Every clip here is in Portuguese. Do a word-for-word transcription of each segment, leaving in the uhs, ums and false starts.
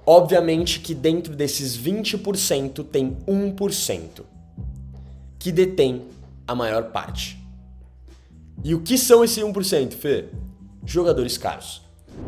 Obviamente que dentro desses vinte por cento tem um por cento que detém a maior parte. E o que são esses um por cento, Fê? Jogadores caros.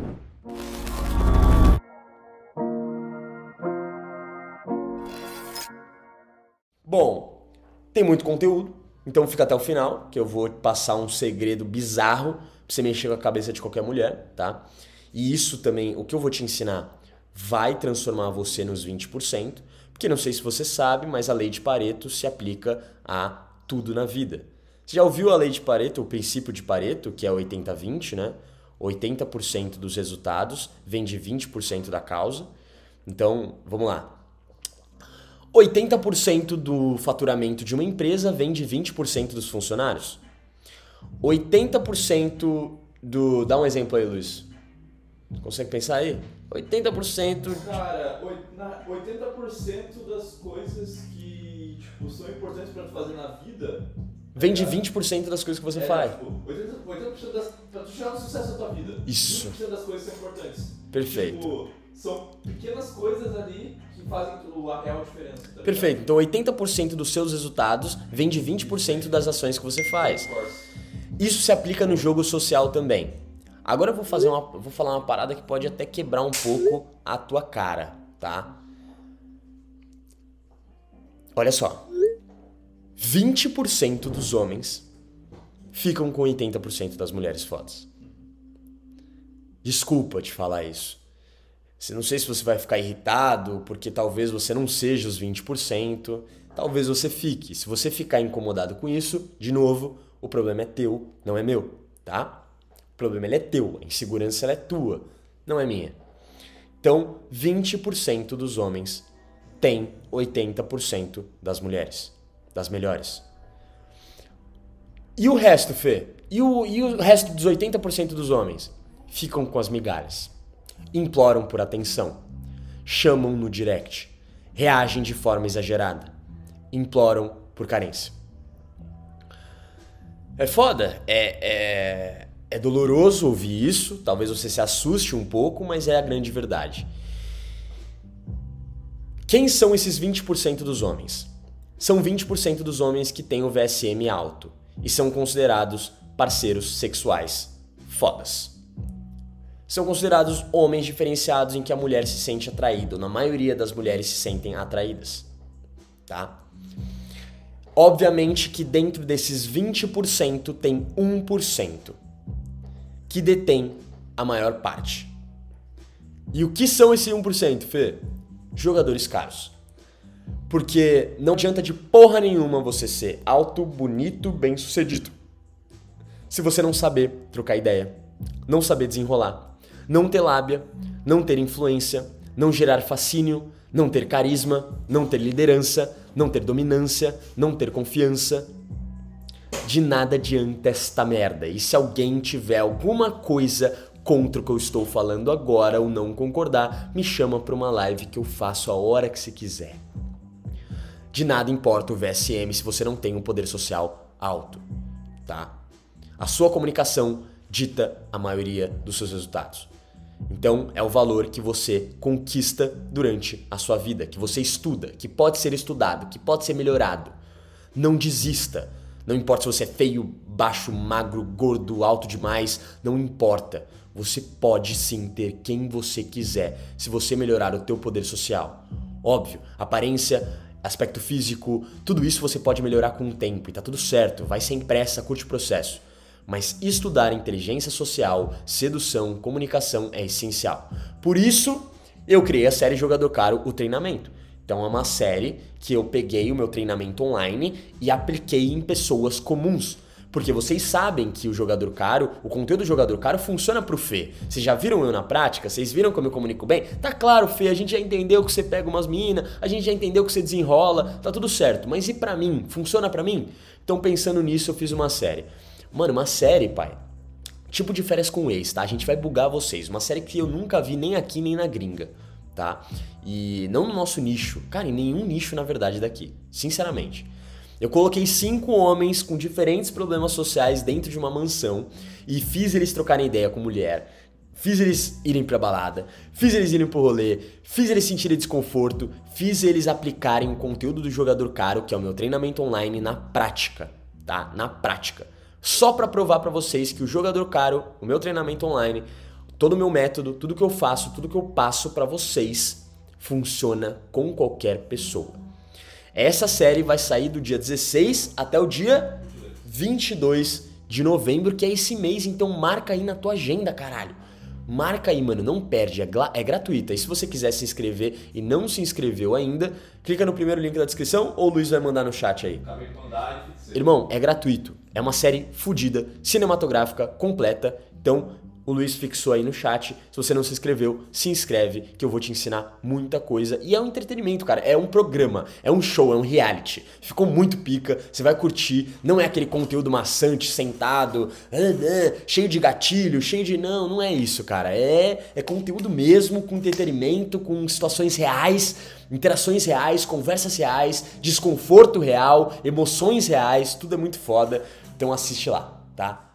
Bom, tem muito conteúdo, então fica até o final, que eu vou passar um segredo bizarro pra você mexer com a cabeça de qualquer mulher, tá? E isso também, o que eu vou te ensinar, vai transformar você nos vinte por cento, porque não sei se você sabe, mas a lei de Pareto se aplica a tudo na vida. Você já ouviu a lei de Pareto, o princípio de Pareto, que é oitenta vinte, né? oitenta por cento dos resultados vem de vinte por cento da causa. Então, vamos lá. oitenta por cento do faturamento de uma empresa vem de vinte por cento dos funcionários. oitenta por cento do... Dá um exemplo aí, Luiz. Consegue pensar aí? oitenta por cento... Cara, oitenta por cento das coisas que tipo, são importantes pra tu fazer na vida... Vem de vinte por cento das coisas que você é, faz. Tipo, oitenta por cento das, pra tu chegar no sucesso da tua vida. Isso. vinte por cento das coisas são importantes. Perfeito. Tipo, são pequenas coisas ali que fazem a real diferença. Tá Perfeito. ligado? Então oitenta por cento dos seus resultados vem de vinte por cento das ações que você faz. Isso se aplica no jogo social também. Agora eu vou fazer uma, vou falar uma parada que pode até quebrar um pouco a tua cara, tá? Olha só. vinte por cento dos homens ficam com oitenta por cento das mulheres fodas. Desculpa te falar isso. Não sei se você vai ficar irritado, porque talvez você não seja os vinte por cento. Talvez você fique. Se você ficar incomodado com isso, de novo, o problema é teu, não é meu, tá? O problema ele é teu, a insegurança ela é tua, não é minha. Então, vinte por cento dos homens tem oitenta por cento das mulheres, das melhores. E o resto, Fê? E o, e o resto dos oitenta por cento dos homens? Ficam com as migalhas. Imploram por atenção. Chamam no direct. Reagem de forma exagerada. Imploram por carência. É foda. É, é, é doloroso ouvir isso. Talvez você se assuste um pouco, mas é a grande verdade. Quem são esses vinte por cento dos homens? São vinte por cento dos homens que têm o V S M alto e são considerados parceiros sexuais fodas. São considerados homens diferenciados em que a mulher se sente atraída, ou na maioria das mulheres se sentem atraídas, tá? Obviamente que dentro desses vinte por cento tem um por cento que detém a maior parte. E o que são esses um por cento, Fê? Jogadores caros. Porque não adianta de porra nenhuma você ser alto, bonito, bem-sucedido se você não saber trocar ideia, não saber desenrolar, não ter lábia, não ter influência, não gerar fascínio, não ter carisma, não ter liderança, não ter dominância, não ter confiança. De nada adianta esta merda. E se alguém tiver alguma coisa contra o que eu estou falando agora ou não concordar, me chama para uma live que eu faço a hora que você quiser. De nada importa o V S M se você não tem um poder social alto, tá? A sua comunicação dita a maioria dos seus resultados. Então, é o valor que você conquista durante a sua vida, que você estuda, que pode ser estudado, que pode ser melhorado. Não desista. Não importa se você é feio, baixo, magro, gordo, alto demais, não importa. Você pode sim ter quem você quiser, se você melhorar o teu poder social. Óbvio, aparência, aspecto físico, tudo isso você pode melhorar com o tempo e tá tudo certo, vai sem pressa, curte o processo. Mas estudar inteligência social, sedução, comunicação é essencial. Por isso, eu criei a série Jogador Caro, o treinamento. Então é uma série que eu peguei o meu treinamento online e apliquei em pessoas comuns. Porque vocês sabem que o Jogador Caro, o conteúdo do Jogador Caro funciona pro Fê. Vocês já viram eu na prática? Vocês viram como eu comunico bem? Tá claro, Fê, a gente já entendeu que você pega umas minas, a gente já entendeu que você desenrola, tá tudo certo. Mas e pra mim? Funciona pra mim? Então pensando nisso eu fiz uma série. Mano, uma série, pai, tipo de Férias com o Ex, tá? A gente vai bugar vocês. Uma série que eu nunca vi nem aqui nem na gringa, tá? E não no nosso nicho. Cara, em nenhum nicho, na verdade, daqui. Sinceramente. Eu coloquei cinco homens com diferentes problemas sociais dentro de uma mansão e fiz eles trocarem ideia com mulher. fiz eles irem pra balada, fiz eles irem pro rolê, fiz eles sentirem desconforto, fiz eles aplicarem o conteúdo do Jogador Caro, que é o meu treinamento online, na prática, tá? Na prática. Só pra provar pra vocês que o Jogador Caro, o meu treinamento online, todo o meu método, tudo que eu faço, tudo que eu passo pra vocês, funciona com qualquer pessoa. Essa série vai sair do dia dezesseis até o dia vinte e dois de novembro, que é esse mês, então marca aí na tua agenda, caralho. Marca aí, mano, não perde, é, é gratuita. E se você quiser se inscrever e não se inscreveu ainda, clica no primeiro link da descrição ou o Luiz vai mandar no chat aí. Acabei de mandar e fixei. Irmão, é gratuito. É uma série fodida, cinematográfica, completa. Então, o Luiz fixou aí no chat. Se você não se inscreveu, se inscreve que eu vou te ensinar muita coisa. E é um entretenimento, cara. É um programa, é um show, é um reality. Ficou muito pica, você vai curtir. Não é aquele conteúdo maçante, sentado, ah, ah, cheio de gatilho, cheio de... Não, não é isso, cara. É, é conteúdo mesmo, com entretenimento, com situações reais, interações reais, conversas reais, desconforto real, emoções reais. Tudo é muito foda. Então assiste lá, tá?